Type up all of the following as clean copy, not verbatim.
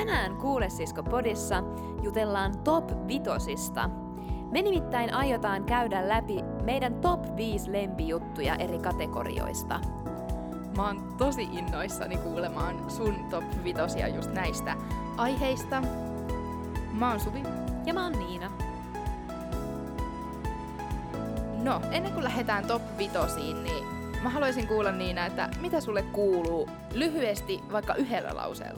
Tänään Kuulesisko-podissa jutellaan top vitosista. Me nimittäin aiotaan käydä läpi meidän top 5 lempijuttuja eri kategorioista. Mä oon tosi innoissani kuulemaan sun top vitosia just näistä aiheista. Mä oon Suvi. Ja mä oon Niina. No, ennen kuin lähdetään top vitosiin, niin mä haluaisin kuulla Niina, että mitä sulle kuuluu lyhyesti vaikka yhdellä lauseella?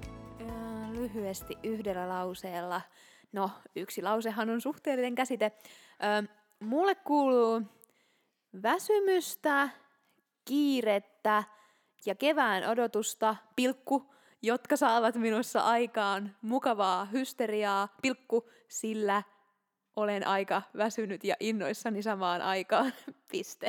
Lyhyesti yhdellä lauseella. No, yksi lausehan on suhteellinen käsite. Mulle kuuluu väsymystä, kiirettä ja kevään odotusta, jotka saavat minussa aikaan mukavaa hysteriaa, sillä olen aika väsynyt ja innoissani samaan aikaan, piste.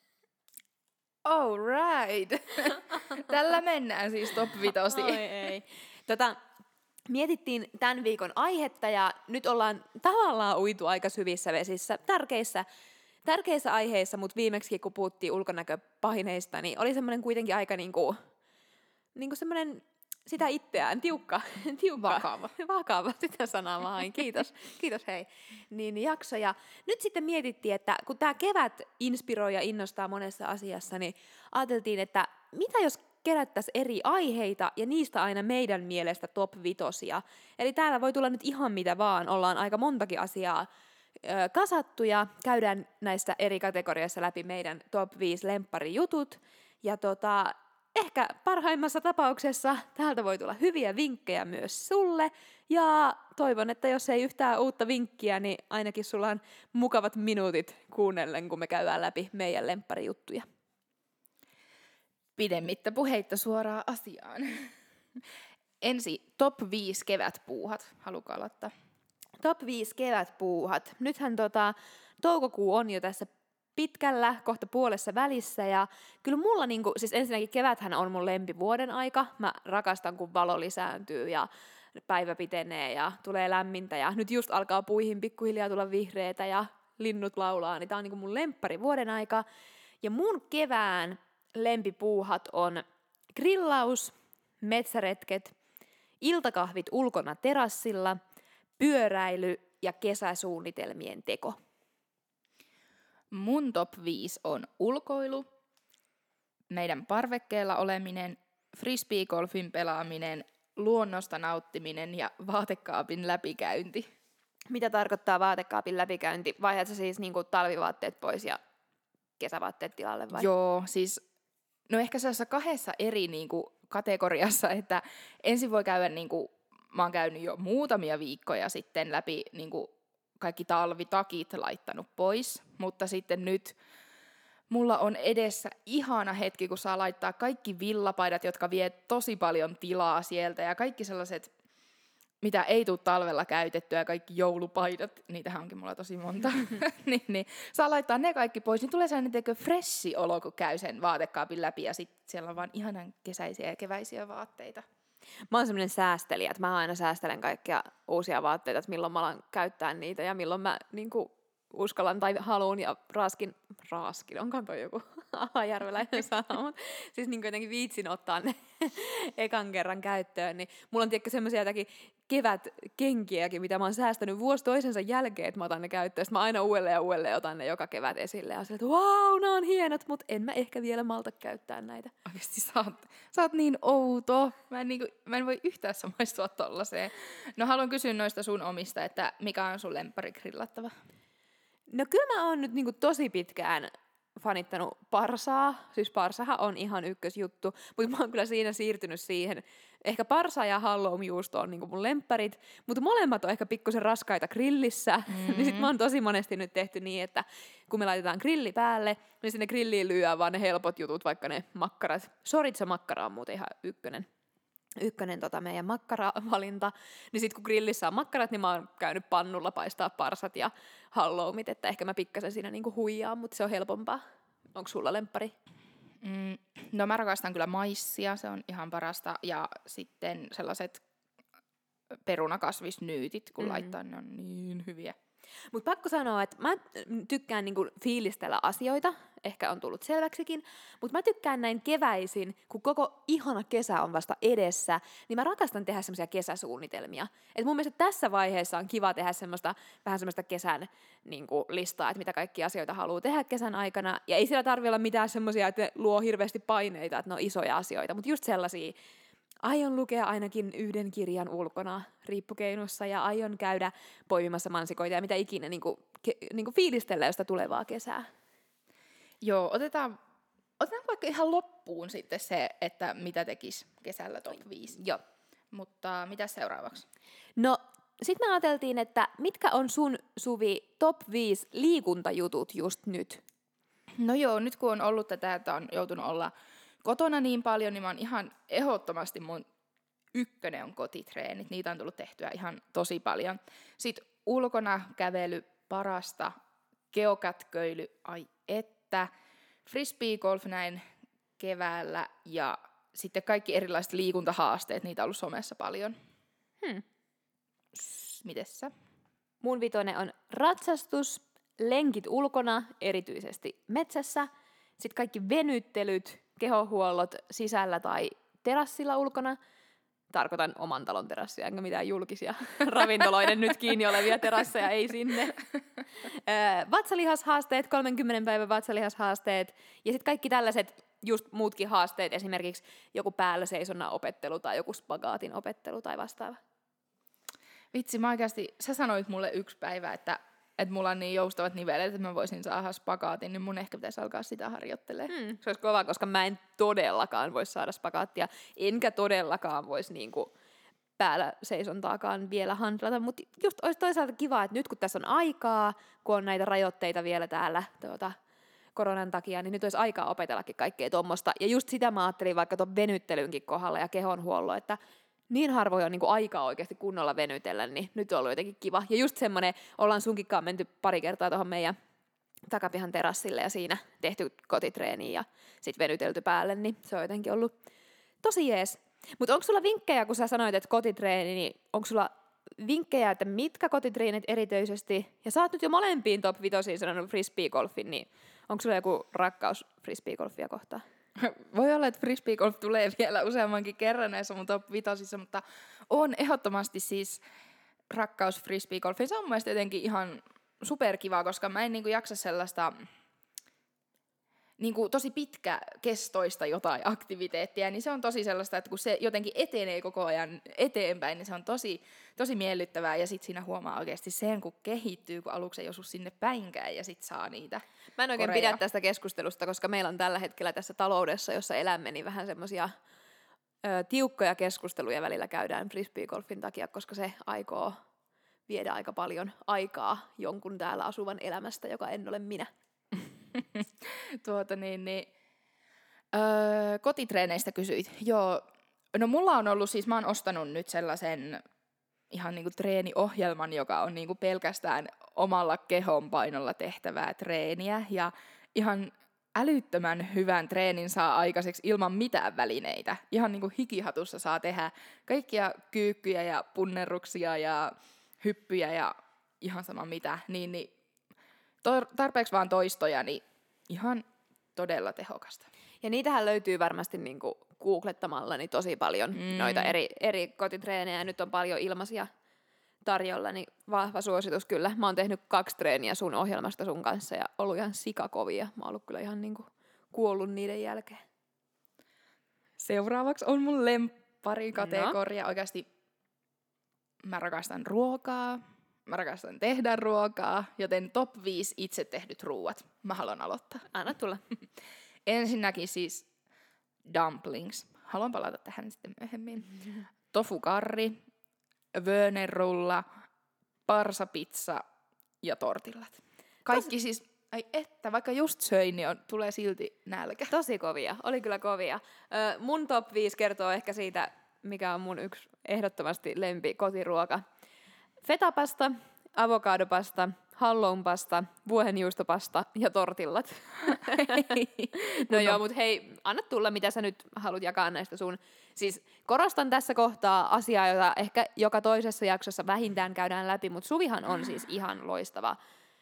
All right. Tällä mennään siis top vitosiin. Oi ei. Mietittiin tämän viikon aihetta ja nyt ollaan tavallaan uitu aika syvissä vesissä, tärkeissä aiheissa, mutta viimeksi kun puhuttiin ulkonäköpahineista, niin oli semmoinen kuitenkin aika niinku semmoinen sitä itseään, tiukka. Vakava, sitä sanaa mä hain, kiitos hei. Niin jakso, ja nyt sitten mietittiin, että kun tämä kevät inspiroi ja innostaa monessa asiassa, niin ajateltiin, että mitä jos kerättäisiin eri aiheita ja niistä aina meidän mielestä top vitosia. Eli täällä voi tulla nyt ihan mitä vaan, ollaan aika montakin asiaa kasattu ja käydään näistä eri kategoriassa läpi meidän top 5 lempparijutut. Ja ehkä parhaimmassa tapauksessa täältä voi tulla hyviä vinkkejä myös sulle. Ja toivon, että jos ei yhtään uutta vinkkiä, niin ainakin sulla on mukavat minuutit kuunnellen, kun me käydään läpi meidän lempparijuttuja. Pidemmittä puheitta suoraan asiaan. Ensi top 5 kevätpuuhat. Haluatko aloittaa? Top 5 kevätpuuhat. Nythän toukokuu on jo tässä pitkällä, kohta puolessa välissä, ja kyllä mulla siis ensinnäkin keväthän on mun lempivuoden aika. Mä rakastan, kun valo lisääntyy ja päivä pitenee ja tulee lämmintä ja nyt just alkaa puihin pikkuhiljaa tulla vihreätä ja linnut laulaa, niin tää on mun lemppari vuoden aika. Ja mun kevään lempipuuhat on grillaus, metsäretket, iltakahvit ulkona terassilla, pyöräily ja kesäsuunnitelmien teko. Mun top 5 on ulkoilu, meidän parvekkeella oleminen, frisbeegolfin pelaaminen, luonnosta nauttiminen ja vaatekaapin läpikäynti. Mitä tarkoittaa vaatekaapin läpikäynti? Vaihdat sä siis talvivaatteet pois ja kesävaatteet tilalle vai? Joo, siis no ehkä sellaisessa kahdessa eri kategoriassa, että ensin voi käydä, mä oon käynyt jo muutamia viikkoja sitten läpi kaikki talvitakit laittanut pois, mutta sitten nyt mulla on edessä ihana hetki, kun saa laittaa kaikki villapaidat, jotka vie tosi paljon tilaa sieltä, ja kaikki sellaiset, mitä ei tule talvella käytettyä, kaikki joulupaidat, niitähän onkin mulla tosi monta, niin saa laittaa ne kaikki pois, niin tulee sellainen freshi olo, kun käy sen vaatekaapin läpi, ja sitten siellä on vaan ihanan kesäisiä ja keväisiä vaatteita. Mä oon semmoinen säästelijä, että mä aina säästelen kaikkia uusia vaatteita, että milloin mä alan käyttää niitä ja milloin mä uskallan tai haluun ja raaskin, onkaan toi joku ahajärveläinen sana, mutta siis jotenkin viitsin ottaa ne ekan kerran käyttöön, niin mulla on semmoisia jotakin kevätkenkiäkin, mitä mä oon säästänyt vuosi toisensa jälkeen, että mä otan ne käyttöön, sitten mä aina uudelleen otan ne joka kevät esille ja sille, että vau, nämä on hienot, mutta en mä ehkä vielä malta käyttää näitä. Oikeasti sä oot niin outo, mä en voi yhtään samaistua tollaseen. No haluan kysyä noista sun omista, että mikä on sun lemppari grillattava? No kyllä mä oon nyt tosi pitkään fanittanut parsaa, siis parsahan on ihan ykkösjuttu, mutta mä oon kyllä siinä siirtynyt siihen, ehkä parsa ja halloumi-juusto on mun lempparit, mutta molemmat on ehkä pikkusen raskaita grillissä, niin sit mä oon tosi monesti nyt tehty niin, että kun me laitetaan grilli päälle, niin sinne grilliin lyödään vaan ne helpot jutut, vaikka ne makkarat, soritsa-makkara on muuten ihan ykkönen meidän makkaravalinta, niin sitten kun grillissä on makkarat, niin mä oon käynyt pannulla paistaa parsat ja halloumit, että ehkä mä pikkasen siinä huijaan, mutta se on helpompaa. Onko sulla lemppari? No mä rakastan kyllä maissia, se on ihan parasta, ja sitten sellaiset perunakasvisnyytit, kun laittaa, ne on niin hyviä. Mutta pakko sanoa, että mä tykkään fiilistellä asioita, ehkä on tullut selväksikin, mutta mä tykkään näin keväisin, kun koko ihana kesä on vasta edessä, niin mä rakastan tehdä semmoisia kesäsuunnitelmia. Et mun mielestä tässä vaiheessa on kiva tehdä vähän semmoista kesän niin kuin listaa, että mitä kaikkia asioita haluaa tehdä kesän aikana, ja ei siellä tarvitse olla mitään semmoisia, että ne luo hirveästi paineita, että ne on isoja asioita, mutta just sellaisia, aion lukea ainakin yhden kirjan ulkona riippukeinussa ja aion käydä poimimassa mansikoita ja mitä ikinä niin kuin fiilistellä sitä tulevaa kesää. Joo, otetaan vaikka ihan loppuun sitten se, että mitä tekisi kesällä top 5. Joo. Mutta mitä seuraavaksi? No, sitten me ajateltiin, että mitkä on sun, Suvi, top 5 liikuntajutut just nyt? No joo, nyt kun on ollut tätä, että on joutunut olla kotona niin paljon, niin mä oon ihan ehdottomasti mun ykkönen on kotitreenit. Niitä on tullut tehtyä ihan tosi paljon. Sitten ulkona kävely parasta, geokätköily, ai että, frisbeegolf näin keväällä ja sitten kaikki erilaiset liikuntahaasteet, niitä on ollut somessa paljon. Mites sä? Mun vitonen on ratsastus, lenkit ulkona, erityisesti metsässä, sitten kaikki venyttelyt, kehohuollot sisällä tai terassilla ulkona. Tarkoitan oman talon terassia, enkä mitään julkisia ravintoloiden nyt kiinni olevia terasseja, ei sinne. Vatsalihashaasteet, 30 päivän vatsalihashaasteet ja sitten kaikki tällaiset just muutkin haasteet, esimerkiksi joku päällä seisonnan opettelu tai joku spagaatin opettelu tai vastaava. Vitsi, mä oikeasti, sä sanoit mulle yksi päivä, että mulla on niin joustavat nivelet, että mä voisin saada spagaatin, niin mun ehkä pitäisi alkaa sitä harjoittelemaan. Se olisi kova, koska mä en todellakaan voisi saada spagaattia, enkä todellakaan voisi niinku päällä seisontaakaan vielä handlata, mutta just olisi toisaalta kiva, että nyt kun tässä on aikaa, kun on näitä rajoitteita vielä täällä koronan takia, niin nyt olisi aikaa opetellakin kaikkea tuommoista. Ja just sitä mä ajattelin vaikka tuon venyttelynkin kohdalla ja kehonhuollon, että niin harvoin on niinku aikaa oikeasti kunnolla venytellä, niin nyt on ollut jotenkin kiva. Ja just semmoinen, ollaan sunkinkaan menty pari kertaa tuohon meidän takapihan terassille ja siinä tehty kotitreeniä ja sitten venytelty päälle, niin se on jotenkin ollut tosi jees. Mutta onko sulla vinkkejä, kun sä sanoit, että kotitreeni, niin onko sulla vinkkejä, että mitkä kotitreenit erityisesti, ja sä oot nyt jo molempiin top 5 sanonut frisbeegolfin, niin onko sulla joku rakkaus frisbeegolfia kohtaan? Voi olla, että frisbeegolf tulee vielä useammankin kerran näissä mun top 5, mutta on ehdottomasti siis rakkaus frisbeegolfiin. Se on mun mielestä jotenkin ihan superkiva, koska mä en jaksa sellaista tosi pitkäkestoista jotain aktiviteettia, niin se on tosi sellaista, että kun se jotenkin etenee koko ajan eteenpäin, niin se on tosi, tosi miellyttävää, ja sitten siinä huomaa oikeasti sen, kun kehittyy, kun aluksi ei osu sinne päinkään, ja sitten saa niitä Mä en oikein koreja. pidä tästä keskustelusta, koska meillä on tällä hetkellä tässä taloudessa, jossa elämme, niin vähän semmoisia tiukkoja keskusteluja välillä käydään frisbeegolfin takia, koska se aikoo viedä aika paljon aikaa jonkun täällä asuvan elämästä, joka en ole minä. Kotitreeneistä kysyit. Joo, no mulla on ollut siis, mä oon ostanut nyt sellaisen ihan treeniohjelman, joka on pelkästään omalla kehonpainolla tehtävää treeniä, ja ihan älyttömän hyvän treenin saa aikaiseksi ilman mitään välineitä. Ihan hikihatussa saa tehdä kaikkia kyykkyjä ja punnerruksia ja hyppyjä ja ihan sama mitä, niin tarpeeksi vaan toistoja, niin ihan todella tehokasta. Ja niitähän löytyy varmasti googlettamalla niin tosi paljon noita eri kotitreenejä. Nyt on paljon ilmaisia tarjolla, niin vahva suositus kyllä. Mä oon tehnyt 2 treeniä sun ohjelmasta sun kanssa ja ollut ihan sikakovia. Mä oon ollut kyllä ihan kuollut niiden jälkeen. Seuraavaksi on mun lempparikategoria. Oikeasti mä rakastan ruokaa. Mä rakastan tehdä ruokaa, joten top 5 itse tehdyt ruuat. Mä haluan aloittaa. Anna tulla. Ensinnäkin siis dumplings. Haluan palata tähän sitten myöhemmin. Tofu karri, vöönerrulla, parsapizza ja tortillat. Kaikki siis, ai että, vaikka just söin, niin tulee silti nälkä. Tosi kovia, oli kyllä kovia. Mun top 5 kertoo ehkä siitä, mikä on mun yksi ehdottomasti lempi kotiruoka. Fetapasta, avokadopasta, hallonpasta, vuohenjuustopasta ja tortillat. No joo, mut hei, anna tulla, mitä sä nyt haluat jakaa näistä sun. Siis korostan tässä kohtaa asiaa, jota ehkä joka toisessa jaksossa vähintään käydään läpi, mutta Suvihan on siis ihan loistava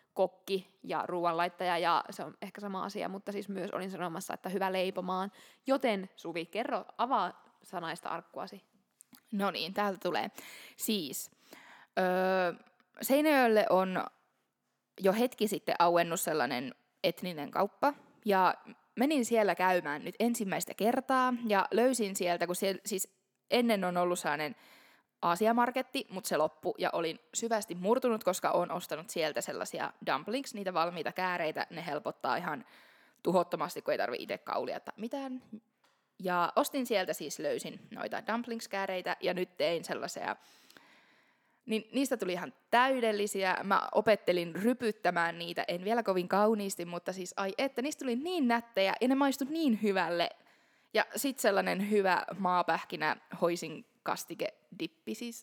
kokki ja ruoanlaittaja, ja se on ehkä sama asia, mutta siis myös olin sanomassa, että hyvä leipomaan. Joten Suvi, kerro, avaa sanaista arkkuasi. No niin, täältä tulee. Siis, Seinäjoelle on jo hetki sitten auennut sellainen etninen kauppa, ja menin siellä käymään nyt ensimmäistä kertaa, ja löysin sieltä, kun siellä, siis ennen on ollut sellainen Aasiamarketti, mutta se loppui, ja olin syvästi murtunut, koska olen ostanut sieltä sellaisia dumplings, niitä valmiita kääreitä, ne helpottaa ihan tuhottomasti, kun ei tarvitse itse kaulia tai mitään. Ja ostin sieltä siis, löysin noita dumplings-kääreitä, ja nyt tein sellaisia, niin niistä tuli ihan täydellisiä. Mä opettelin rypyttämään niitä, en vielä kovin kauniisti, mutta siis ai että, niistä tuli niin nättejä, ja ne maistui niin hyvälle. Ja sit sellainen hyvä maapähkinä hoisin kastike dippi siis.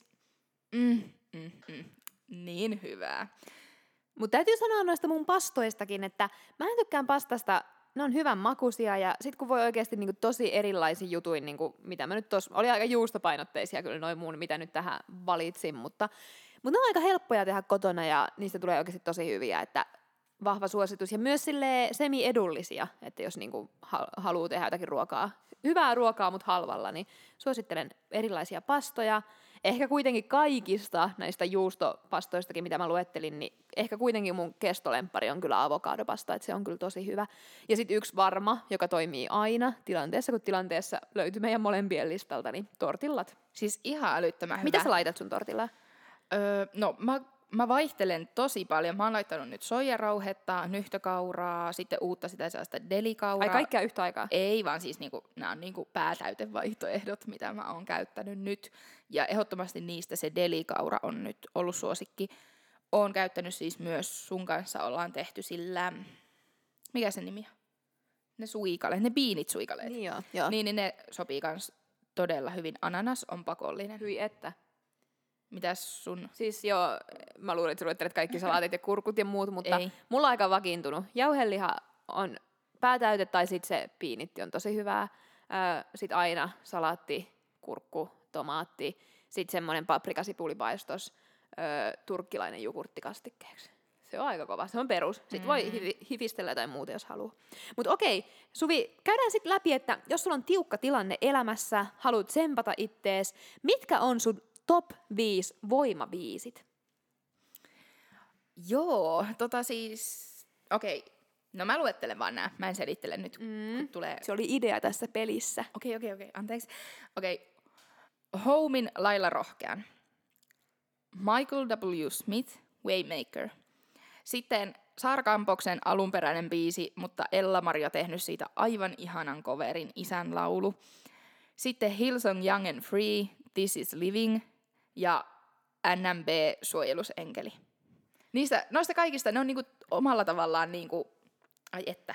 Niin hyvää. Mutta täytyy sanoa noista mun pastoistakin, että mä en tykkään pastasta, ne on hyvän makuisia ja sit kun voi oikeasti niinku tosi erilaisia jutuin, niinku, mitä mä nyt tossa, oli aika juustopainotteisia kyllä noin muun, mitä nyt tähän valitsin, mutta ne on aika helppoja tehdä kotona ja niistä tulee oikeasti tosi hyviä, että vahva suositus ja myös silleen semi-edullisia, että jos niinku haluaa tehdä jotakin ruokaa, hyvää ruokaa, mutta halvalla, niin suosittelen erilaisia pastoja. Ehkä kuitenkin kaikista näistä juustopastoistakin, mitä mä luettelin, niin ehkä kuitenkin mun kestolempari on kyllä avokadopasta, että se on kyllä tosi hyvä. Ja sitten yksi varma, joka toimii aina tilanteessa, kun tilanteessa löytyy meidän molempien listalta, niin tortillat. Siis ihan älyttömän hyvä. Mitä sä laitat sun tortillaan? No mä vaihtelen tosi paljon. Mä oon laittanut nyt soijarauhetta, nyhtökauraa, sitten uutta sitä sellaista delikauraa. Ai kaikkea yhtä aikaa? Ei, vaan siis nämä on päätäytevaihtoehdot, mitä mä oon käyttänyt nyt. Ja ehdottomasti niistä se delikaura on nyt ollut suosikki. Oon käyttänyt siis myös, sun kanssa ollaan tehty sillä, mikä se nimi on? Ne beanit suikaleet. Niin joo. Niin ne sopii kans todella hyvin. Ananas on pakollinen. Hyi että. Mitäs sun? Siis joo, mä luulin, että sä luettelet kaikki salaatit ja kurkut ja muut, mutta Ei. mulla on aika vakiintunut. Jauheliha on päätäyte tai sitten se piinitti on tosi hyvää. Sitten aina salaatti, kurkku, tomaatti, sitten semmoinen paprikasipulipaistos, turkkilainen jogurttikastikkeeksi. Se on aika kova, se on perus. Sitten voi hifistellä tai muuta, jos haluaa. Mutta okei, Suvi, käydään sitten läpi, että jos sulla on tiukka tilanne elämässä, haluat tsempata ittees, mitkä on sun top 5 voimabiisit? Joo, siis, okei. No mä luettelen vaan nää, mä en selittele nyt, kun tulee. Se oli idea tässä pelissä. Okei, anteeksi. Okei, Homin Lailla Rohkean. Michael W. Smith, Waymaker. Sitten Saara Kampoksen alunperäinen biisi, mutta Ella-Maria tehnyt siitä aivan ihanan coverin, Isän laulu. Sitten Hillsong Young and Free, This is Living ja NMB Suojelusenkeli. Noista kaikista, ne on niinku omalla tavallaan niinku, ai että.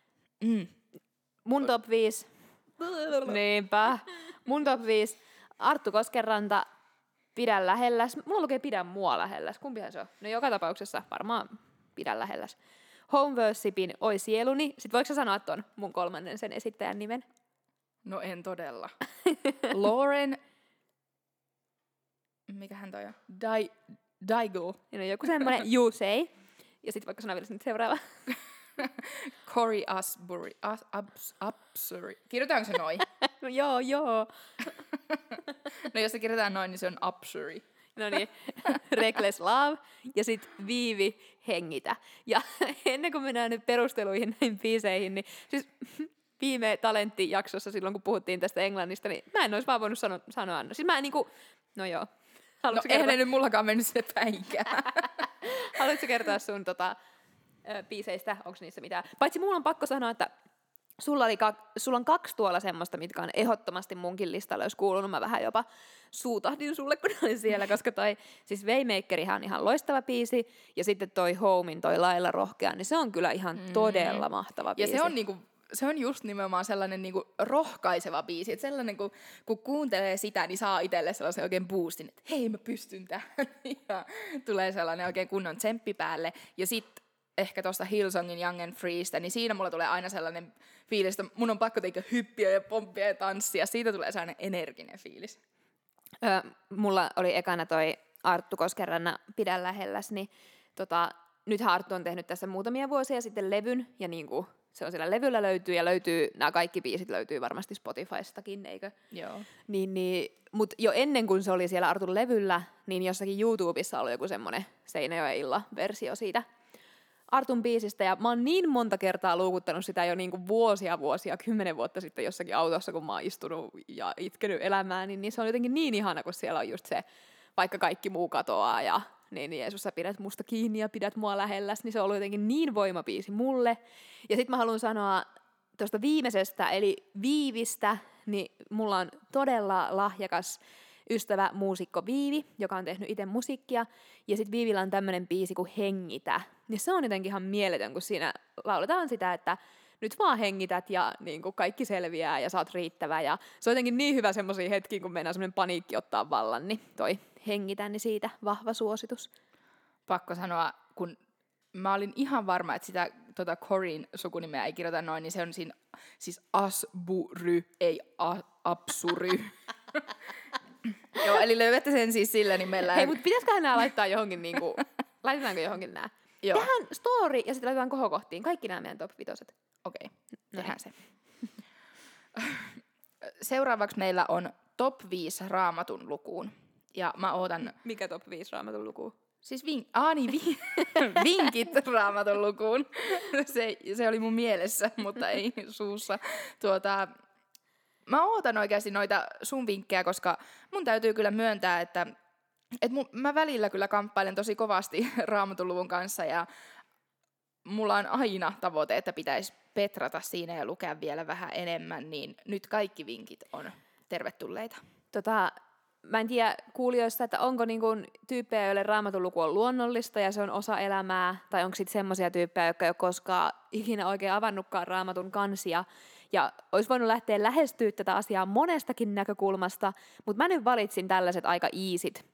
Mun top 5. Niinpä. Mun top 5. Arttu Koskenranta, Pidä lähelläs. Mulla lukee Pidä mua lähelläs. Kumpihan se on? No joka tapauksessa varmaan Pidä lähelläs. Homeworshipin Oi sieluni. Sitten voiko sä sanoa ton mun kolmannen sen esittäjän nimen? No en todella. Lauren, mikähän toi on? Daigle. Ja no joku semmoinen You Say. Ja sitten vaikka sanoa vielä nyt seuraava. Cory Asbury. Absuri. Kirjoitaanko se noin? No joo. No jos se kirjoitetaan noin, niin se on Absuri. No niin, Reckless Love ja sitten Viivi Hengitä. Ja ennen kuin mennään nyt perusteluihin näihin biiseihin, niin siis viime Talentti-jaksossa silloin, kun puhuttiin tästä englannista, niin mä en olisi vaan voinut sanoa. Siis mä niinku, no joo. No eihän ne nyt mullakaan mennyt sinne päinkään. Haluatko kertoa sun biiseistä, onko niissä mitään? Paitsi mulla on pakko sanoa, että sulla on 2 tuolla semmoista, mitkä on ehdottomasti munkin listalla, jos kuulunut. Mä vähän jopa suutahdin sulle, kun olin siellä, koska siis Waymakerihan on ihan loistava biisi, ja sitten toi Homin, toi Lailla Rohkea, niin se on kyllä ihan todella mahtava biisi. Ja se on just nimenomaan sellainen niinku rohkaiseva biisi, että sellainen, kun kuuntelee sitä, niin saa itselle sellaisen oikein boostin, että hei, mä pystyn tähän, ja tulee sellainen oikein kunnon tsemppi päälle, ja sitten ehkä tuosta Hillsongin Young and Freestä, niin siinä mulla tulee aina sellainen fiilis, että mun on pakko tehdä hyppiä ja pomppia ja tanssia. Siitä tulee sellainen energinen fiilis. Mulla oli ekana toi Arttu Koskenrannan Pidä lähelläs, niin nythän Arttu on tehnyt tässä muutamia vuosia sitten levyn, ja niinku se on siellä levyllä löytyy nämä kaikki biisit löytyy varmasti Spotifystakin, eikö? Joo. Mutta jo ennen kuin se oli siellä Artun levyllä, niin jossakin YouTubessa oli joku semmoinen Seinäjoen versio siitä Artun biisistä, ja mä oon niin monta kertaa luukuttanut sitä jo niinku vuosia, 10 vuotta sitten jossakin autossa, kun mä oon istunut ja itkenyt elämää, niin se on jotenkin niin ihana, kun siellä on just se, vaikka kaikki muu katoaa, ja niin Jeesus, sä pidät musta kiinni ja pidät mua lähelläs, niin se on ollut jotenkin niin voimabiisi mulle. Ja sit mä haluan sanoa tuosta viimeisestä, eli Viivistä, niin mulla on todella lahjakas ystävä muusikko Viivi, joka on tehnyt itse musiikkia, ja sit Viivillä on tämmönen biisi kuin Hengitä. Niin se on jotenkin ihan mieletön, kun siinä lauletaan sitä, että nyt vaan hengität ja niin kuin kaikki selviää ja sä oot riittävä. Ja se on jotenkin niin hyvä semmosia hetkiä, kun meinaa semmoinen paniikki ottaa vallan, niin toi Hengitä, niin siitä vahva suositus. Pakko sanoa, kun mä olin ihan varma, että sitä Corin sukunimeä ei kirjoita noin, niin se on siinä siis Asbury, ei Apsury. Joo, eli löydätte sen siis sillä nimellä. Hei, mutta pitäisiköhän nää laittaa johonkin, niinku, laitetaanko johonkin nää? Joo. Tehdään story ja sitten laitetaan kohokohtiin kaikki nämä meidän top 5. Okei, tehdään se. Seuraavaksi meillä on top 5 Raamatun lukuun. Ja mä ootan... Mikä top 5 Raamatun lukuun? Siis vinkit Raamatun lukuun. Se oli mun mielessä, mutta ei suussa. Mä ootan oikeasti noita sun vinkkejä, koska mun täytyy kyllä myöntää, että mä välillä kyllä kamppailen tosi kovasti Raamatun luvun kanssa ja mulla on aina tavoite, että pitäisi petrata siinä ja lukea vielä vähän enemmän, niin nyt kaikki vinkit on tervetulleita. Mä en tiedä kuulijoista, että onko niinku tyyppejä, joille Raamatun luku on luonnollista ja se on osa elämää, tai onko sitten semmoisia tyyppejä, jotka ei ole koskaan ikinä oikein avannutkaan Raamatun kansia, ja olisi voinut lähteä lähestyä tätä asiaa monestakin näkökulmasta, mutta mä nyt valitsin tällaiset aika easyt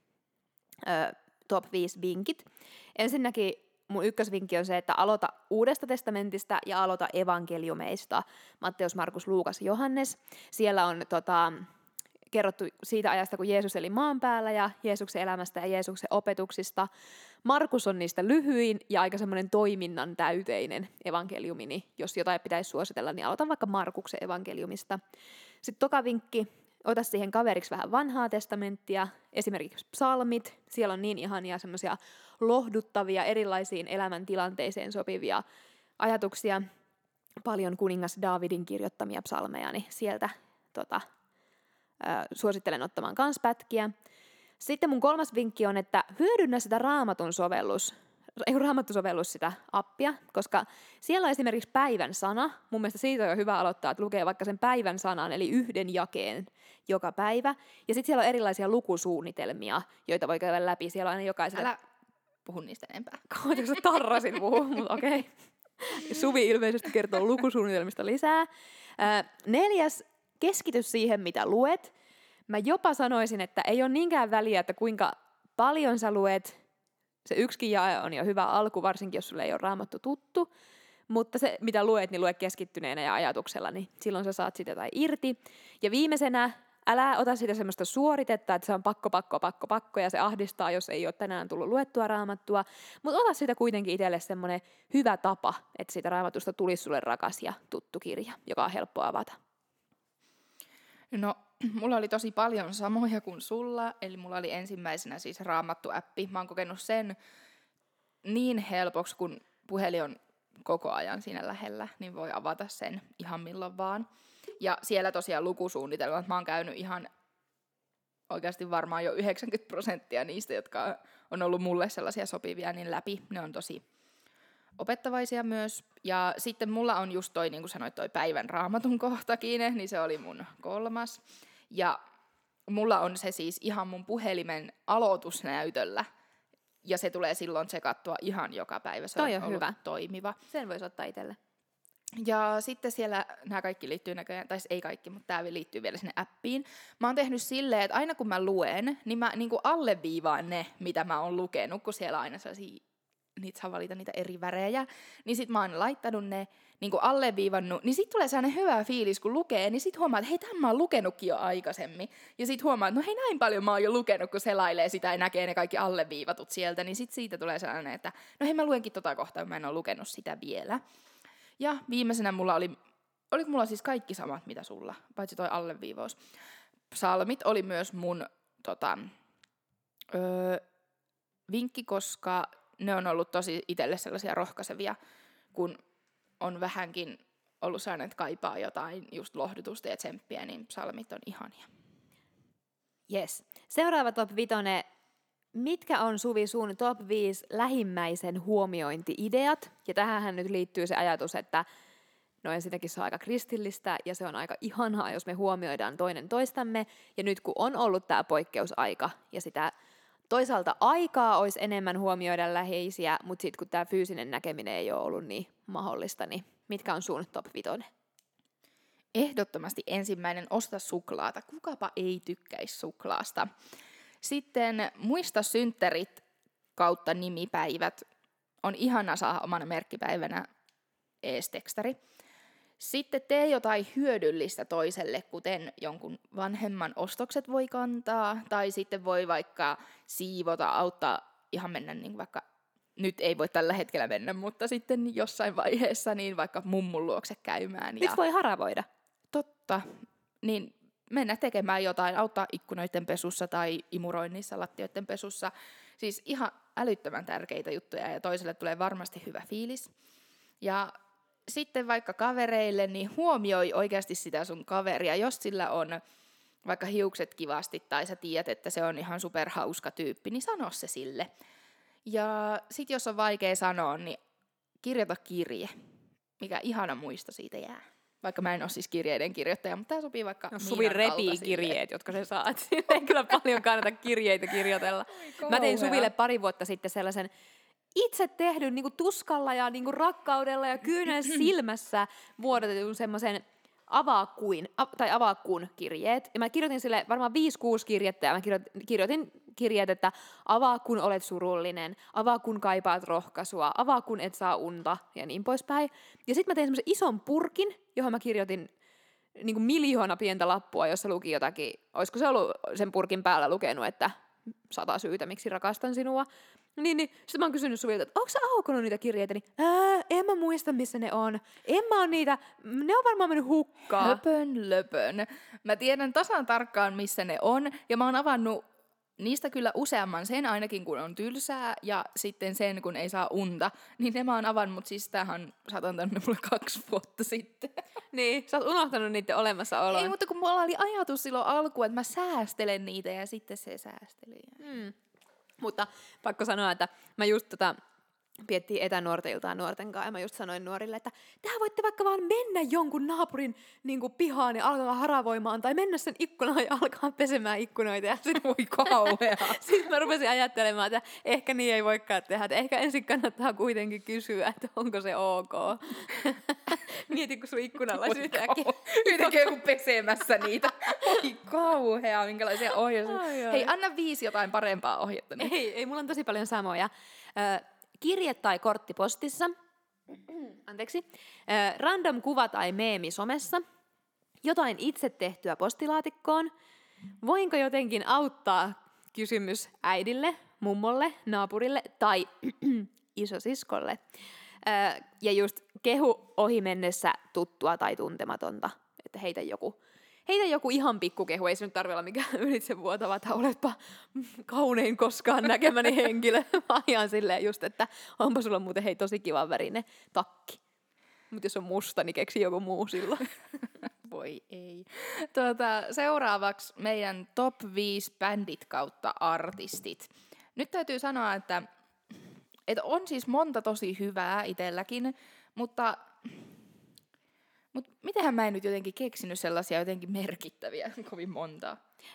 top 5 vinkit. Ensinnäkin mun ykkösvinkki on se, että aloita Uudesta testamentista ja aloita evankeliumeista. Matteus, Markus, Luukas, Johannes. Siellä on kerrottu siitä ajasta, kun Jeesus eli maan päällä ja Jeesuksen elämästä ja Jeesuksen opetuksista. Markus on niistä lyhyin ja aika semmoinen toiminnan täyteinen evankeliumi, niin jos jotain pitäisi suositella, niin aloitan vaikka Markuksen evankeliumista. Sitten toka vinkki, ota siihen kaveriksi vähän vanhaa testamenttia, esimerkiksi psalmit. Siellä on niin ihania semmoisia lohduttavia, erilaisiin elämäntilanteeseen sopivia ajatuksia. Paljon kuningas Daavidin kirjoittamia psalmeja, niin sieltä suosittelen ottamaan kans pätkiä. Sitten mun kolmas vinkki on, että hyödynnä sitä Raamattu-sovellus sitä appia, koska siellä on esimerkiksi päivän sana. Mun mielestä siitä on jo hyvä aloittaa, että lukee vaikka sen päivän sanan, eli yhden jakeen joka päivä. Ja sitten siellä on erilaisia lukusuunnitelmia, joita voi käydä läpi. Siellä on aina jokaiselle... Älä puhu niistä enempää. Koetko sä tarrasin puhua, mutta okei. Suvi ilmeisesti kertoo lukusuunnitelmista lisää. 4. Keskity siihen, mitä luet. Mä jopa sanoisin, että ei ole niinkään väliä, että kuinka paljon sä luet. Se yksikin jae on jo hyvä alku, varsinkin jos sulle ei ole Raamattu tuttu. Mutta se, mitä luet, niin lue keskittyneenä ja ajatuksella, niin silloin sä saat sitä tai irti. Ja viimeisenä, älä ota sitä semmoista suoritetta, että se on pakko, ja se ahdistaa, jos ei ole tänään tullut luettua Raamattua. Mutta ota sitä kuitenkin itselle semmoinen hyvä tapa, että siitä Raamatusta tulisi sulle rakas ja tuttu kirja, joka on helppo avata. No, mulla oli tosi paljon samoja kuin sulla, eli mulla oli ensimmäisenä siis Raamattu-appi. Mä oon kokenut sen niin helpoksi, kun puhelin on koko ajan siinä lähellä, niin voi avata sen ihan milloin vaan. Ja siellä tosiaan lukusuunnitelmat, mä oon käynyt ihan oikeasti varmaan jo 90% niistä, jotka on ollut mulle sellaisia sopivia, niin läpi. Ne on tosi opettavaisia myös. Ja sitten mulla on just toi, niin kuin sanoit, toi päivän Raamatun kohtakin, niin se oli mun 3. Ja mulla on se siis ihan mun puhelimen aloitusnäytöllä. Ja se tulee silloin tsekattua ihan joka päivä. Se on hyvä. Toimiva. Sen voisi ottaa itselle. Ja sitten siellä, nämä kaikki liittyy näköjään, tai ei kaikki, mutta tämä liittyy vielä sinne appiin. Mä oon tehnyt silleen, että aina kun mä luen, niin mä niinku alleviivaan ne, mitä mä oon lukenut, kun siellä on aina sellaisia niitä saa valita niitä eri värejä, niin sit mä oon laittanut ne, niin kuin alleviivannut, niin sit tulee sellainen hyvä fiilis, kun lukee, niin sit huomaa, että hei, tämän mä oon lukenutkin jo aikaisemmin. Ja sit huomaa, että no hei, näin paljon mä oon jo lukenut, kun selailee sitä ja näkee ne kaikki alleviivatut sieltä, niin sit siitä tulee sellainen, että no hei, mä luenkin tota kohtaa, mä en oo lukenut sitä vielä. Ja viimeisenä mulla oliko mulla siis kaikki samat, mitä sulla, paitsi toi alleviivaus. Psalmit oli myös mun vinkki, koska ne on ollut tosi itselle sellaisia rohkaisevia, kun on vähänkin ollut sellainen, että kaipaa jotain just lohdutusta ja tsemppiä, niin psalmit on ihania. Yes. Seuraava top 5. Mitkä on, Suvi, sun top 5 lähimmäisen huomiointi-ideat? Ja tähän nyt liittyy se ajatus, että no ensinnäkin se on aika kristillistä ja se on aika ihanaa, jos me huomioidaan toinen toistamme. Ja nyt kun on ollut tämä poikkeusaika ja sitä toisaalta aikaa olisi enemmän huomioida läheisiä, mutta sitten kun tämä fyysinen näkeminen ei ole ollut niin mahdollista, niin mitkä on sun top 5? Ehdottomasti ensimmäinen, osta suklaata. Kukapa ei tykkäisi suklaasta. Sitten muista synttärit kautta nimipäivät. On ihana saada omana merkkipäivänä ees-tekstari. Sitten tee jotain hyödyllistä toiselle, kuten jonkun vanhemman ostokset voi kantaa, tai sitten voi vaikka siivota, auttaa ihan mennä niin vaikka, nyt ei voi tällä hetkellä mennä, mutta sitten jossain vaiheessa niin vaikka mummun luokse käymään. Nyt voi haravoida. Totta, niin mennä tekemään jotain, auttaa ikkunoiden pesussa tai imuroinnissa, lattioiden pesussa. Siis ihan älyttömän tärkeitä juttuja ja toiselle tulee varmasti hyvä fiilis. Ja sitten vaikka kavereille, niin huomioi oikeasti sitä sun kaveria, jos sillä on vaikka hiukset kivasti tai sä tiedät, että se on ihan superhauska tyyppi, niin sano se sille. Ja sit jos on vaikea sanoa, niin kirjoita kirje, mikä ihana muisto siitä jää. Vaikka mä en ole siis kirjeiden kirjoittaja, mutta tää sopii vaikka Suvi repii kirjeet, jotka sä saat. Siinä ei kyllä paljon kannata kirjeitä kirjoitella. Mä tein Suville pari vuotta sitten sellaisen itse tehdyn niin kuin tuskalla ja niin kuin rakkaudella ja kyynel silmässä vuodatetun semmoisen avaa kun kirjeet. Ja mä kirjoitin sille varmaan 5-6 kirjettä ja mä kirjoitin kirjeet, että avaa kun olet surullinen, avaa kun kaipaat rohkaisua, avaa kun et saa unta ja niin poispäin. Ja sitten mä tein semmoisen ison purkin, johon mä kirjoitin niin kuin 1,000,000 pientä lappua, jossa luki jotakin, olisiko se ollut sen purkin päällä lukenut, että 100 syytä, miksi rakastan sinua. Niin, sitten mä oon kysynyt Suvilta, että onko sä aukonut niitä kirjeitä, niin en mä muista, missä ne on. En mä oo niitä, ne on varmaan mennyt hukkaan. Löpön. Mä tiedän tasan tarkkaan, missä ne on, ja mä oon avannut niistä kyllä useamman, sen ainakin kun on tylsää, ja sitten sen kun ei saa unta. Niin ne mä oon avannut, mutta siis tämähän sä oot antanut ne mulle 2 vuotta sitten. Niin, sä oot unohtanut niiden olemassaolon. Ei, mutta kun mulla oli ajatus silloin alkuun, että mä säästelen niitä, ja sitten se säästeli. Mutta pakko sanoa, että mä just piettiin etänuorteiltaan nuorten kanssa, ja mä just sanoin nuorille, että tähän voitte vaikka vaan mennä jonkun naapurin niin kuin pihaan ja alkaa haravoimaan, tai mennä sen ikkunaan ja alkaa pesemään ikkunoita. Ja sit voi kauhea. Sitten mä rupesin ajattelemaan, että ehkä niin ei voikaan tehdä, että ehkä ensin kannattaa kuitenkin kysyä, että onko se ok. Mieti, kun sun ikkunalla yhtäkkiä joku pesemässä niitä. Oi kauhea, minkälaisia ohjeita. Hei, anna 5 jotain parempaa ohjetta. Niin. Ei, mulla on tosi paljon samoja. Kirje tai kortti postissa. Anteeksi. Random kuva tai meemi somessa. Jotain itse tehtyä postilaatikkoon. Voinko jotenkin auttaa? Kysymys äidille, mummolle, naapurille tai isosiskolle. Ja just kehu ohi mennessä tuttua tai tuntematonta. Että heitä joku ihan pikkukehu, ei se nyt tarvitse olla mikään ylitsevuotava, että oletpa kaunein koskaan näkemäni henkilö, vaan ihan silleen just, että onpa sulla muuten hei tosi kivan värinen takki. Mutta jos on musta, niin keksi joku muu silloin. Voi ei. Seuraavaksi meidän top 5 bändit kautta artistit. Nyt täytyy sanoa, että on siis monta tosi hyvää itselläkin, mutta mitenhän mä en nyt jotenkin keksinyt sellaisia jotenkin merkittäviä kovin montaa.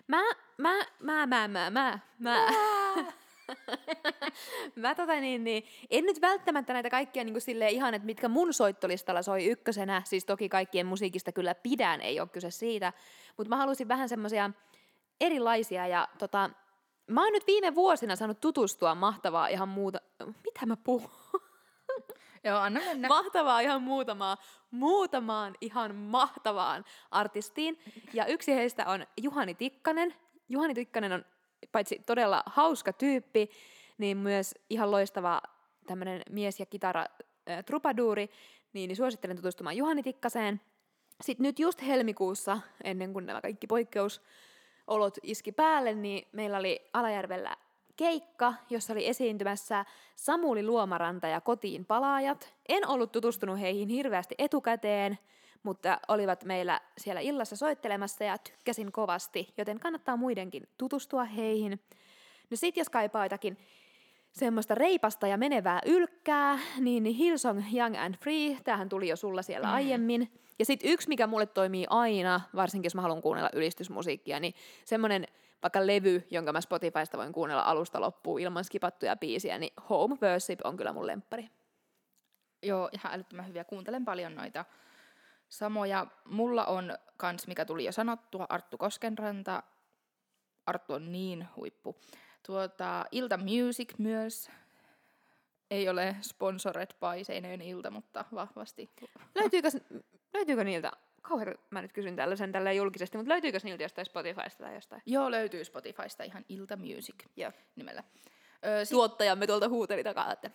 En nyt välttämättä näitä kaikkia niin kuin silleen ihan, että mitkä mun soittolistalla soi ykkösenä, siis toki kaikkien musiikista kyllä pidän, ei ole kyse siitä, mutta mä halusin vähän semmoisia erilaisia ja mä oon nyt viime vuosina saanut tutustua mahtavaa ihan muuta... Mitä mä puhun? Joo, anna mennä. Mahtavaa ihan muutamaan ihan mahtavaan artistiin. Ja yksi heistä on Juhani Tikkanen. Juhani Tikkanen on paitsi todella hauska tyyppi, niin myös ihan loistava tämmönen mies- ja kitara-trupaduuri. Niin suosittelen tutustumaan Juhani Tikkaseen. Sitten nyt just helmikuussa, ennen kuin nämä kaikki poikkeusolot iski päälle, niin meillä oli Alajärvellä keikka, jossa oli esiintymässä Samuli Luomaranta ja Kotiin palaajat. En ollut tutustunut heihin hirveästi etukäteen, mutta olivat meillä siellä illassa soittelemassa ja tykkäsin kovasti, joten kannattaa muidenkin tutustua heihin. No sit jos kaipaa jotakin semmoista reipasta ja menevää ylkkää, niin Hillsong Young and Free, tämähän tuli jo sulla siellä aiemmin. Ja sitten yksi, mikä mulle toimii aina, varsinkin jos mä haluan kuunnella ylistysmusiikkia, niin semmoinen vaikka levy, jonka mä Spotifysta voin kuunnella alusta loppuun ilman skipattuja biisiä, niin Home Worship on kyllä mun lemppari. Joo, ihan älyttömän hyviä. Kuuntelen paljon noita samoja. Mulla on kans, mikä tuli jo sanottua, Arttu Koskenranta. Arttu on niin huippu. Ilta Music myös. Ei ole sponsored by Seinäjoen Ilta, mutta vahvasti. Löytyykö niiltä, kauhean mä nyt kysyn tällä julkisesti, mutta löytyykö niiltä jostain Spotifysta tai jostain? Joo, löytyy Spotifysta ihan Ilta Music nimellä. Tuottajamme tuolta huuteli takaa, että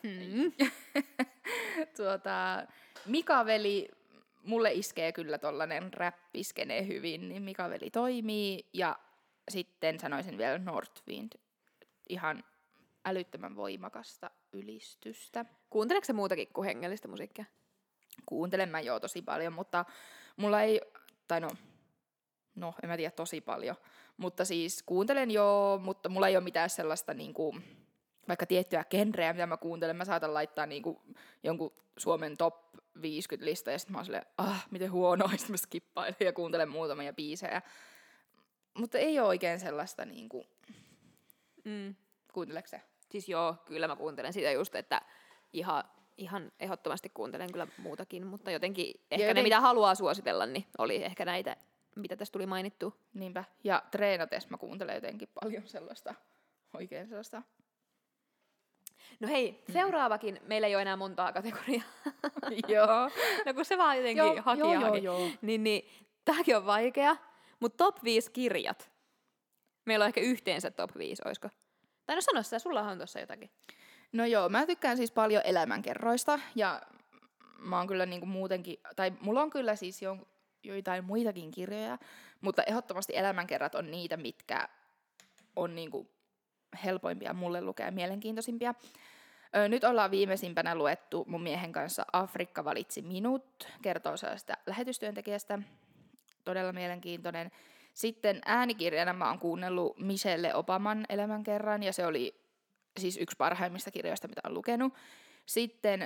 Mika Veli, mulle iskee kyllä tollanen räppiskene hyvin, niin Mika Veli toimii. Ja sitten sanoisin vielä Northwind, ihan älyttömän voimakasta ylistystä. Kuunteleeko sä muutakin kuin hengellistä musiikkia? Kuuntelen mä jo tosi paljon, mutta mulla ei, tai no en mä tiedä tosi paljon, mutta siis kuuntelen jo, mutta mulla ei ole mitään sellaista niinku, vaikka tiettyä genreä, mitä mä kuuntelen, mä saatan laittaa niinku jonkun Suomen top 50 lista ja sitten mä oon silleen, miten huonoa, sitten mä skippailen ja kuuntelen muutamia biisejä. Mutta ei ole oikein sellaista niinku, kuunteleeko sä? Siis joo, kyllä mä kuuntelen sitä just, että ihan ehdottomasti kuuntelen kyllä muutakin, mutta jotenkin ehkä ne, mitä haluaa suositella, niin oli ehkä näitä, mitä tässä tuli mainittua. Niinpä. Ja treenates mä kuuntelen jotenkin paljon sellaista, oikein sellaista. No hei, seuraavakin, meillä ei ole enää montaa kategoriaa. Joo. No kun se vaan jotenkin haki. Niin, tämäkin on vaikea, mutta top 5 kirjat. Meillä on ehkä yhteensä top 5, oisko? Tai no sano sä, sullahan on tuossa jotakin. No joo, mä tykkään siis paljon elämänkerroista ja mä oon kyllä niinku muutenkin, tai mulla on kyllä siis joitain muitakin kirjoja, mutta ehdottomasti elämänkerrat on niitä, mitkä on niinku helpoimpia mulle lukea ja mielenkiintoisimpia. Nyt ollaan viimeisimpänä luettu mun miehen kanssa Afrikka valitsi minut, kertoo sellaista lähetystyöntekijästä, todella mielenkiintoinen. Sitten äänikirjana mä oon kuunnellut Michelle Obaman elämänkerran ja se oli siis yksi parhaimmista kirjoista, mitä olen lukenut. Sitten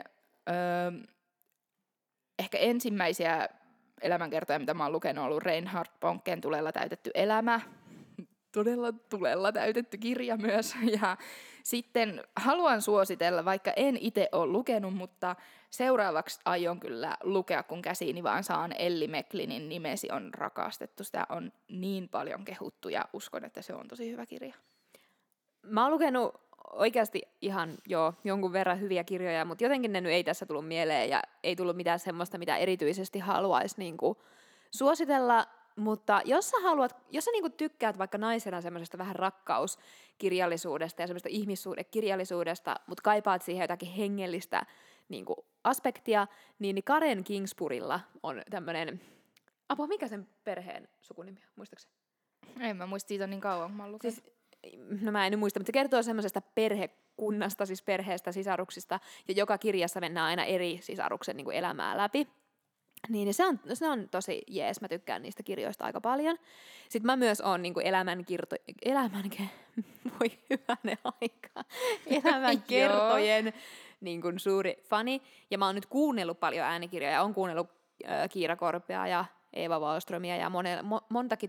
ehkä ensimmäisiä elämänkertoja, mitä mä oon lukenut, on ollut Reinhard Bonken Tulella täytetty elämä. Todella tulella täytetty kirja myös. Ja sitten haluan suositella, vaikka en itse ole lukenut, mutta seuraavaksi aion kyllä lukea, kun käsiini vaan saan Elli Meklinin Nimesi on rakastettu. Sitä on niin paljon kehuttu ja uskon, että se on tosi hyvä kirja. Mä oon lukenut oikeasti ihan jonkun verran hyviä kirjoja, mutta jotenkin ne nyt ei tässä tullut mieleen ja ei tullut mitään semmoista, mitä erityisesti haluaisi niinku suositella. Mutta jos sä niinku tykkäät vaikka naisena semmoisesta vähän rakkauskirjallisuudesta ja semmoista ihmissuhdekirjallisuudesta, mutta kaipaat siihen jotakin hengellistä niinku aspektia, niin Karen Kingsburylla on tämmöinen, mikä sen perheen sukunimi on, muistaakseni? En mä muista, siitä on niin kauan, kun mä oon lukenut. Siis, no mä en nyt muista, mutta se kertoo semmoisesta perhekunnasta, siis perheestä, sisaruksista, ja joka kirjassa mennään aina eri sisaruksen niin kuin elämää läpi. Niin se on tosi jees, mä tykkään niistä kirjoista aika paljon. Sitten mä myös oon niinku voi hyvänen aika, elämänkertojen niin kuin suuri fani. Ja mä oon nyt kuunnellut paljon äänikirjoja, oon kuunnellut Kiira Korpea ja Eeva Wallströmiä ja montakin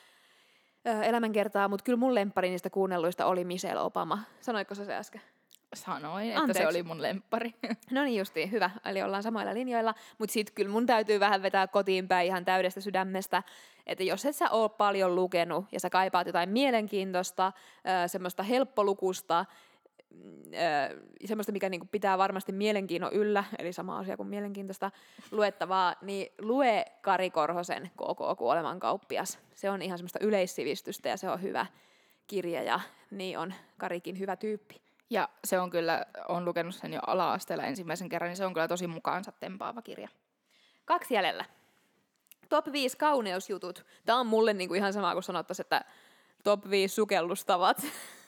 elämänkertaa, mutta kyllä mun lemppari niistä kuunnelluista oli Michelle Obama. Sanoitko sä se äsken? sanoin, että Anteeksi. se oli mun lemppari. No niin justiin, hyvä. Eli ollaan samoilla linjoilla. Mutta sitten kyllä mun täytyy vähän vetää kotiin päin ihan täydestä sydämestä, että jos et sä oo paljon lukenut ja sä kaipaat jotain mielenkiintoista, semmoista helppolukusta, semmoista, mikä niinku pitää varmasti mielenkiinnon yllä, eli sama asia kuin mielenkiintoista luettavaa, niin lue Kari Korhosen KK Kuolemankauppias. Se on ihan semmoista yleissivistystä ja se on hyvä kirja ja niin on Karikin hyvä tyyppi. Ja se on kyllä, on lukenut sen jo ala-asteella ensimmäisen kerran, niin se on kyllä tosi mukaansa tempaava kirja. 2 jäljellä. Top 5 kauneusjutut. Tämä on mulle niinku ihan sama kuin sanottaisiin, että top 5 sukellustavat.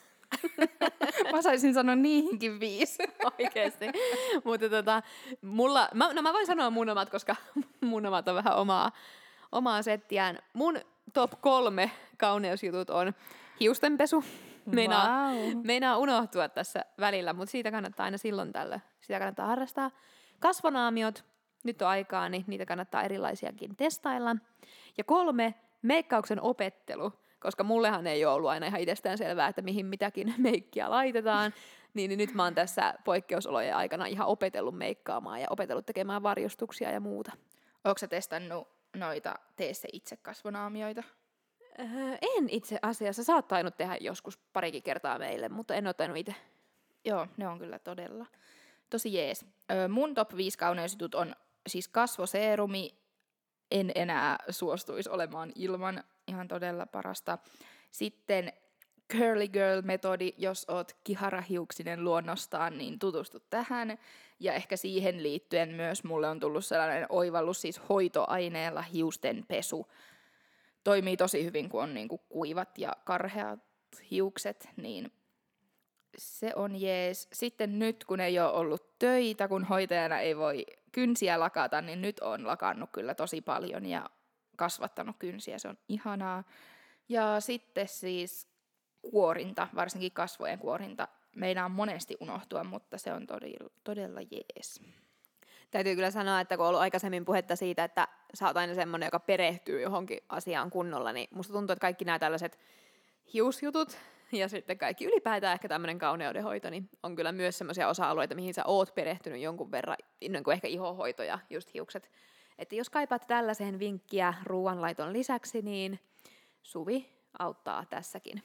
Mä saisin sanoa niihinkin 5. Oikeesti. Mutta mä voin sanoa mun omat, koska mun omat on vähän omaa settiään. Mun top 3 kauneusjutut on hiustenpesu. Meinaa unohtua tässä välillä, mutta siitä kannattaa aina silloin tällä. Sitä kannattaa harrastaa. Kasvonaamiot. Nyt on aikaa, niin niitä kannattaa erilaisiakin testailla. Ja 3, meikkauksen opettelu, koska mullehan ei ole ollut aina ihan itsestään selvää, että mihin mitäkin meikkiä laitetaan, niin nyt mä oon tässä poikkeusolojen aikana ihan opetellut meikkaamaan ja opetellut tekemään varjostuksia ja muuta. Ootko sä testannut noita tee se itse kasvonaamioita? En itse asiassa. Sä oot tainnut tehdä joskus parikin kertaa meille, mutta en ole tainnut itse. Joo, ne on kyllä todella tosi jees. Mun top 5 kauneusjutut on siis kasvoseerumi. En enää suostuisi olemaan ilman, ihan todella parasta. Sitten Curly Girl-metodi, jos oot kiharahiuksinen luonnostaan, niin tutustu tähän. Ja ehkä siihen liittyen myös mulle on tullut sellainen oivallus, siis hoitoaineella hiusten pesu. Toimii tosi hyvin, kun on niinku kuivat ja karheat hiukset, niin se on jees. Sitten nyt, kun ei ole ollut töitä, kun hoitajana ei voi kynsiä lakata, niin nyt on lakannut kyllä tosi paljon ja kasvattanut kynsiä, se on ihanaa. Ja sitten siis kuorinta, varsinkin kasvojen kuorinta, meinaa monesti unohtua, mutta se on todella jees. Täytyy kyllä sanoa, että kun on ollut aikaisemmin puhetta siitä, että sä oot aina semmoinen, joka perehtyy johonkin asiaan kunnolla, niin musta tuntuu, että kaikki nämä tällaiset hiusjutut ja sitten kaikki ylipäätään ehkä tämmöinen kauneudenhoito, niin on kyllä myös semmoisia osa-alueita, mihin sä oot perehtynyt jonkun verran, niin kuin ehkä ihohoito ja just hiukset. Että jos kaipaat tällaiseen vinkkiä ruoanlaiton lisäksi, niin Suvi auttaa tässäkin.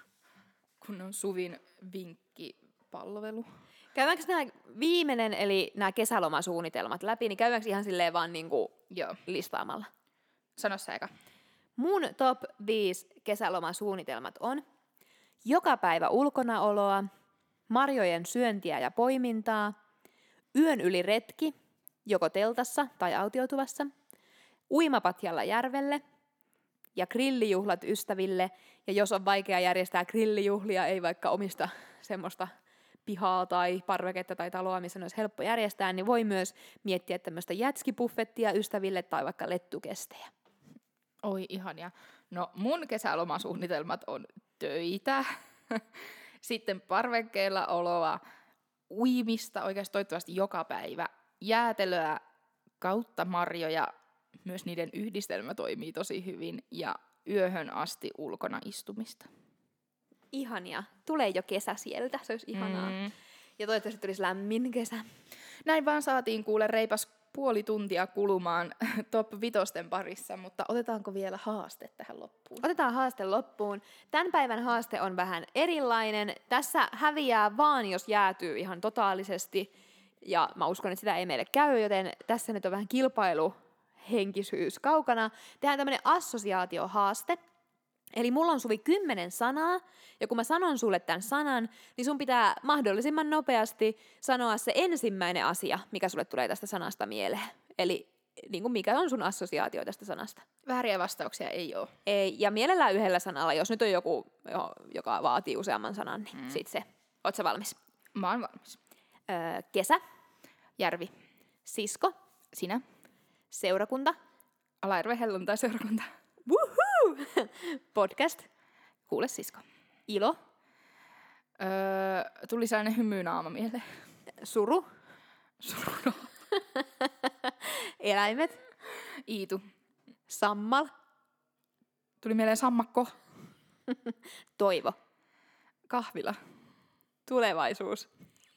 Kun on Suvin vinkkipalvelu. Käydäänkö nämä viimeinen, eli nämä kesälomasuunnitelmat läpi, niin käydäänkö ihan silleen vaan niinku listaamalla? Sano sä eka. Mun top 5 kesälomasuunnitelmat on joka päivä ulkonaoloa, marjojen syöntiä ja poimintaa, yön yli retki, joko teltassa tai autiotuvassa, uimapatjalla järvelle ja grillijuhlat ystäville. Ja jos on vaikea järjestää grillijuhlia, ei vaikka omista semmoista pihaa tai parveketta tai taloa, missä ne olisi helppo järjestää, niin voi myös miettiä tämmöistä jätskibuffettia ystäville tai vaikka lettukestejä. Oi ihania. No mun kesälomasuunnitelmat on töitä, sitten parvekkeella oloa, uimista oikeasti toivottavasti joka päivä, jäätelöä kautta marjoja, myös niiden yhdistelmä toimii tosi hyvin, ja yöhön asti ulkona istumista. Ihania. Tulee jo kesä sieltä, se olisi ihanaa. Ja toivottavasti tulisi lämmin kesä. Näin vaan saatiin kuule reipas puoli tuntia kulumaan top 5 parissa, mutta otetaanko vielä haaste tähän loppuun? Otetaan haaste loppuun. Tämän päivän haaste on vähän erilainen. Tässä häviää vaan, jos jäätyy ihan totaalisesti. Ja mä uskon, että sitä ei meille käy, joten tässä nyt on vähän kilpailuhenkisyys kaukana. Tehdään tämmöinen assosiaatiohaaste. Eli mulla on Suvi 10 sanaa, ja kun mä sanon sulle tämän sanan, niin sun pitää mahdollisimman nopeasti sanoa se ensimmäinen asia, mikä sulle tulee tästä sanasta mieleen. Eli niin kuin mikä on sun assosiaatio tästä sanasta? Vääriä vastauksia ei ole. Ei, ja mielellään yhdellä sanalla, jos nyt on joku, joka vaatii useamman sanan, niin sit se. Oot sä valmis? Mä oon valmis. Kesä. Järvi. Sisko. Sinä. Seurakunta. Alajärven helluntai-seurakunta. Woohoo! Podcast. Kuule sisko. Ilo. Tuli sellainen hymynaama mieleen. Suru. Suru. Eläimet. Iitu. Sammal. Tuli mieleen sammakko. Toivo. Kahvila. Tulevaisuus.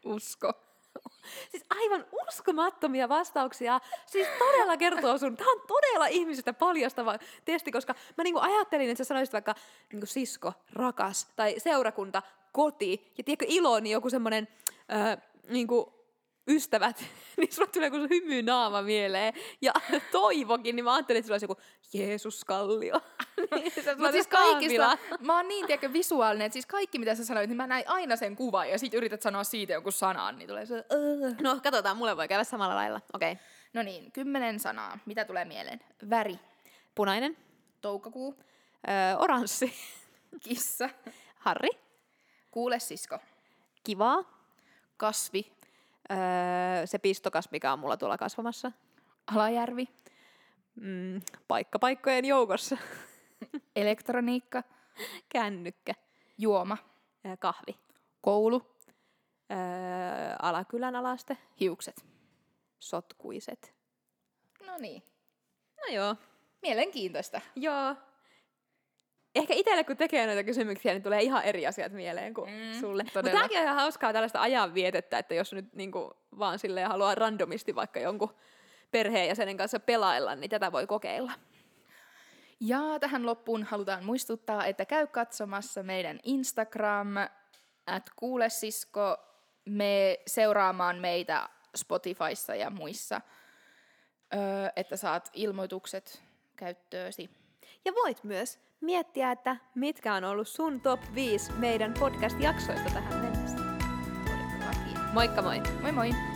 usko. Siis aivan uskomattomia vastauksia. Siis todella kertoo sun. Tämä on todella ihmisestä paljastava testi, koska mä niinku ajattelin, että sä sanoisit vaikka niinku sisko, rakas tai seurakunta, koti ja tiedätkö iloni joku semmonen niinku ystävät, niin sulla tulee joku hymynaama mieleen. Ja Toivokin, niin mä ajattelin, että sulla olisi joku Jeesus Kallio. Mutta siis kaikista, mä oon niin tiedätkö visuaalinen, että siis kaikki mitä sä sanoit, niin mä näin aina sen kuvan ja sit yrität sanoa siitä jonkun sanan, niin tulee se. No katsotaan, mulle voi käydä samalla lailla. Okei. Okay. No niin, 10 sanaa. Mitä tulee mieleen? Väri. Punainen. Toukokuu. Oranssi. Kissa. Harri. Kuule sisko. Kivaa. Kasvi. Se pistokas, mikä on mulla tuolla kasvamassa. Alajärvi. Paikkojen joukossa. Elektroniikka. Kännykkä. Juoma. Kahvi. Koulu. Alakylän alaste. Hiukset. Sotkuiset. No niin. No joo. Mielenkiintoista. Joo. Ehkä itselle, kun tekee noita kysymyksiä, niin tulee ihan eri asiat mieleen kuin sulle. Mutta tämäkin on ihan hauskaa tällaista ajanvietettä, että jos nyt niinku vaan silleen haluaa randomisti vaikka jonkun perheenjäsenen kanssa pelailla, niin tätä voi kokeilla. Ja tähän loppuun halutaan muistuttaa, että käy katsomassa meidän Instagram @kuulesisko, me seuraamaan meitä Spotifyssa ja muissa, että saat ilmoitukset käyttöösi. Ja voit myös miettiä, että mitkä on ollut sun top 5 meidän podcast-jaksoista tähän mennessä. Todellakin. Moikka moi! Moi moi!